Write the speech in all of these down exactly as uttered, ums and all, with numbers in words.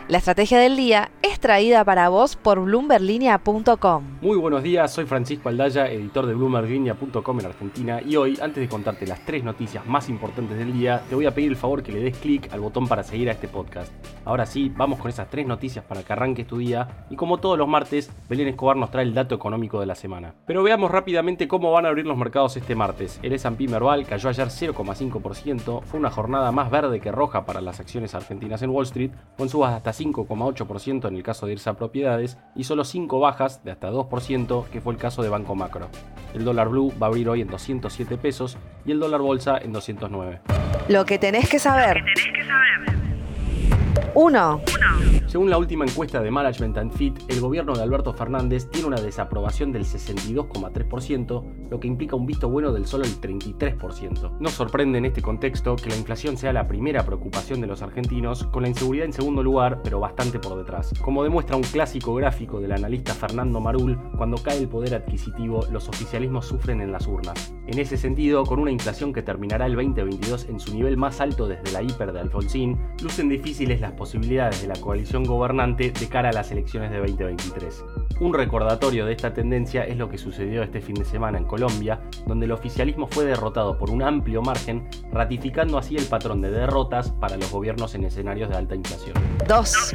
La estrategia del día es traída para vos por bloomberg linea punto com. Muy buenos días, soy Francisco Aldaya, editor de bloomberg linea punto com en Argentina, y hoy, antes de contarte las tres noticias más importantes del día, te voy a pedir el favor que le des clic al botón para seguir a este podcast. Ahora sí, vamos con esas tres noticias para que arranques tu día, y como todos los martes, Belén Escobar nos trae el dato económico de la semana. Pero veamos rápidamente cómo van a abrir los mercados este martes. El ese and pe Merval cayó ayer cero coma cinco por ciento, fue una jornada más verde que roja para las acciones argentinas en Wall Street, con subas de hasta cinco coma ocho por ciento en el caso de irse a propiedades y solo cinco bajas de hasta dos por ciento, que fue el caso de Banco Macro. El dólar blue va a abrir hoy en doscientos siete pesos y el dólar bolsa en doscientos nueve. Lo que tenés que saber. uno. Según la última encuesta de Management and Fit, el gobierno de Alberto Fernández tiene una desaprobación del sesenta y dos coma tres por ciento, lo que implica un visto bueno del solo el treinta y tres por ciento. No sorprende en este contexto que la inflación sea la primera preocupación de los argentinos, con la inseguridad en segundo lugar, pero bastante por detrás. Como demuestra un clásico gráfico del analista Fernando Marul, cuando cae el poder adquisitivo, los oficialismos sufren en las urnas. En ese sentido, con una inflación que terminará el veinte veintidós en su nivel más alto desde la hiper de Alfonsín, lucen difíciles las posibilidades de la coalición gobernante de cara a las elecciones de veinte veintitrés. Un recordatorio de esta tendencia es lo que sucedió este fin de semana en Colombia, donde el oficialismo fue derrotado por un amplio margen, ratificando así el patrón de derrotas para los gobiernos en escenarios de alta inflación. dos.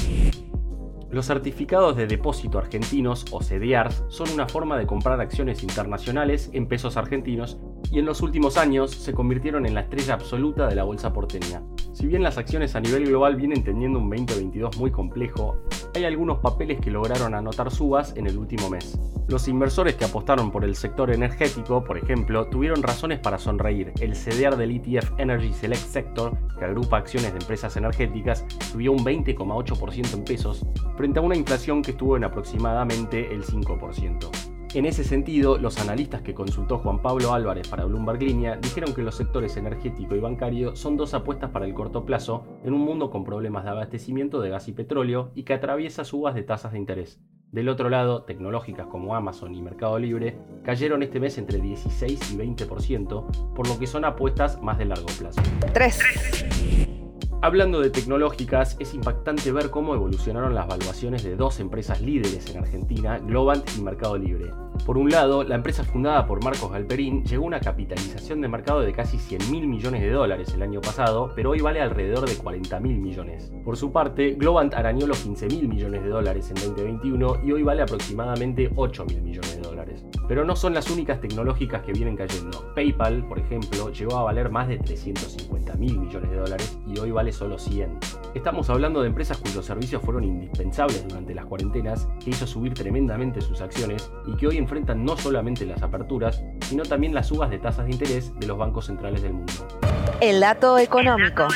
Los certificados de depósito argentinos, o C D Rs, son una forma de comprar acciones internacionales en pesos argentinos y en los últimos años se convirtieron en la estrella absoluta de la bolsa porteña. Si bien las acciones a nivel global vienen teniendo un veinte veintidós muy complejo, hay algunos papeles que lograron anotar subas en el último mes. Los inversores que apostaron por el sector energético, por ejemplo, tuvieron razones para sonreír. El C D R del E T F Energy Select Sector, que agrupa acciones de empresas energéticas, subió un veinte coma ocho por ciento en pesos, frente a una inflación que estuvo en aproximadamente el cinco por ciento. En ese sentido, los analistas que consultó Juan Pablo Álvarez para Bloomberg Linea dijeron que los sectores energético y bancario son dos apuestas para el corto plazo en un mundo con problemas de abastecimiento de gas y petróleo y que atraviesa subas de tasas de interés. Del otro lado, tecnológicas como Amazon y Mercado Libre cayeron este mes entre dieciséis y veinte por ciento, por lo que son apuestas más de largo plazo. tres. Hablando de tecnológicas, es impactante ver cómo evolucionaron las valuaciones de dos empresas líderes en Argentina, Globant y Mercado Libre. Por un lado, la empresa fundada por Marcos Galperín llegó a una capitalización de mercado de casi cien mil millones de dólares el año pasado, pero hoy vale alrededor de cuarenta mil millones. Por su parte, Globant arañó los quince mil millones de dólares en veinte veintiuno y hoy vale aproximadamente ocho mil millones de dólares. Pero no son las únicas tecnológicas que vienen cayendo. PayPal, por ejemplo, llegó a valer más de trescientos cincuenta mil millones de dólares y hoy vale solo cien. Estamos hablando de empresas cuyos servicios fueron indispensables durante las cuarentenas, que hizo subir tremendamente sus acciones y que hoy enfrentan no solamente las aperturas, sino también las subas de tasas de interés de los bancos centrales del mundo. El dato económico.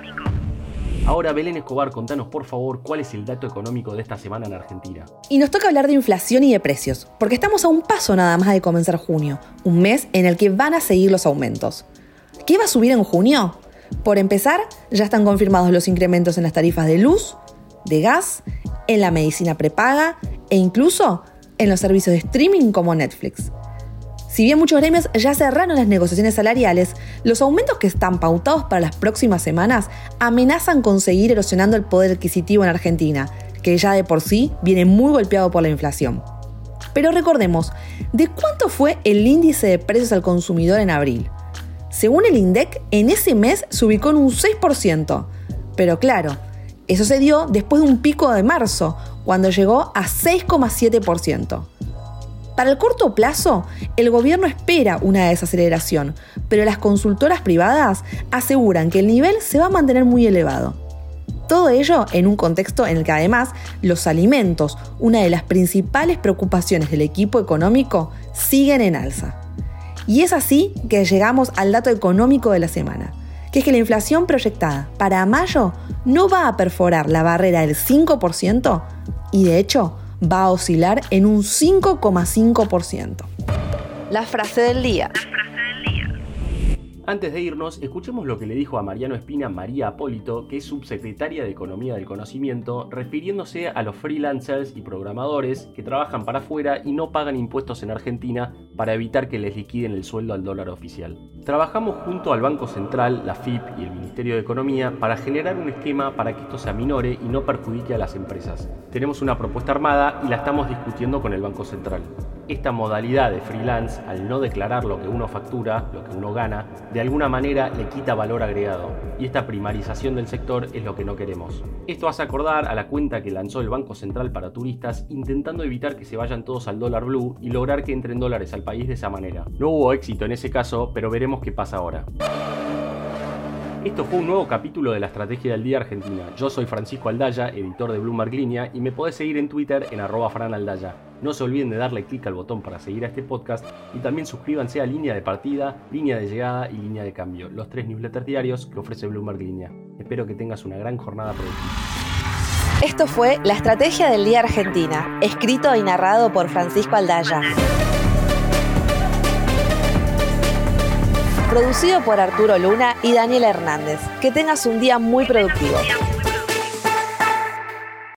Ahora, Belén Escobar, contanos por favor cuál es el dato económico de esta semana en Argentina. Y nos toca hablar de inflación y de precios, porque estamos a un paso nada más de comenzar junio, un mes en el que van a seguir los aumentos. ¿Qué va a subir en junio? Por empezar, ya están confirmados los incrementos en las tarifas de luz, de gas, en la medicina prepaga e incluso en los servicios de streaming como Netflix. Si bien muchos gremios ya cerraron las negociaciones salariales, los aumentos que están pautados para las próximas semanas amenazan con seguir erosionando el poder adquisitivo en Argentina, que ya de por sí viene muy golpeado por la inflación. Pero recordemos, ¿de cuánto fue el índice de precios al consumidor en abril? Según el INDEC, en ese mes se ubicó en un seis por ciento. Pero claro, eso se dio después de un pico de marzo, cuando llegó a seis coma siete por ciento. Para el corto plazo, el gobierno espera una desaceleración, pero las consultoras privadas aseguran que el nivel se va a mantener muy elevado. Todo ello en un contexto en el que además los alimentos, una de las principales preocupaciones del equipo económico, siguen en alza. Y es así que llegamos al dato económico de la semana, que es que la inflación proyectada para mayo no va a perforar la barrera del cinco por ciento y de hecho va a oscilar en un cinco coma cinco por ciento. La frase del día. Antes de irnos, escuchemos lo que le dijo a Mariano Espina María Apólito, que es subsecretaria de Economía del Conocimiento, refiriéndose a los freelancers y programadores que trabajan para afuera y no pagan impuestos en Argentina para evitar que les liquiden el sueldo al dólar oficial. Trabajamos junto al Banco Central, la F I P y el Ministerio de Economía para generar un esquema para que esto se aminore y no perjudique a las empresas. Tenemos una propuesta armada y la estamos discutiendo con el Banco Central. Esta modalidad de freelance, al no declarar lo que uno factura, lo que uno gana, de alguna manera le quita valor agregado. Y esta primarización del sector es lo que no queremos. Esto hace acordar a la cuenta que lanzó el Banco Central para turistas, intentando evitar que se vayan todos al dólar blue y lograr que entren dólares al país de esa manera. No hubo éxito en ese caso, pero veremos qué pasa ahora. Esto fue un nuevo capítulo de la Estrategia del Día Argentina. Yo soy Francisco Aldaya, editor de Bloomberg Línea, y me podés seguir en Twitter en arroba franaldaya. No se olviden de darle clic al botón para seguir a este podcast y también suscríbanse a Línea de Partida, Línea de Llegada y Línea de Cambio, los tres newsletters diarios que ofrece Bloomberg Línea. Espero que tengas una gran jornada productiva. Esto fue La Estrategia del Día Argentina, escrito y narrado por Francisco Aldaya. Producido por Arturo Luna y Daniel Hernández. Que tengas un día muy productivo.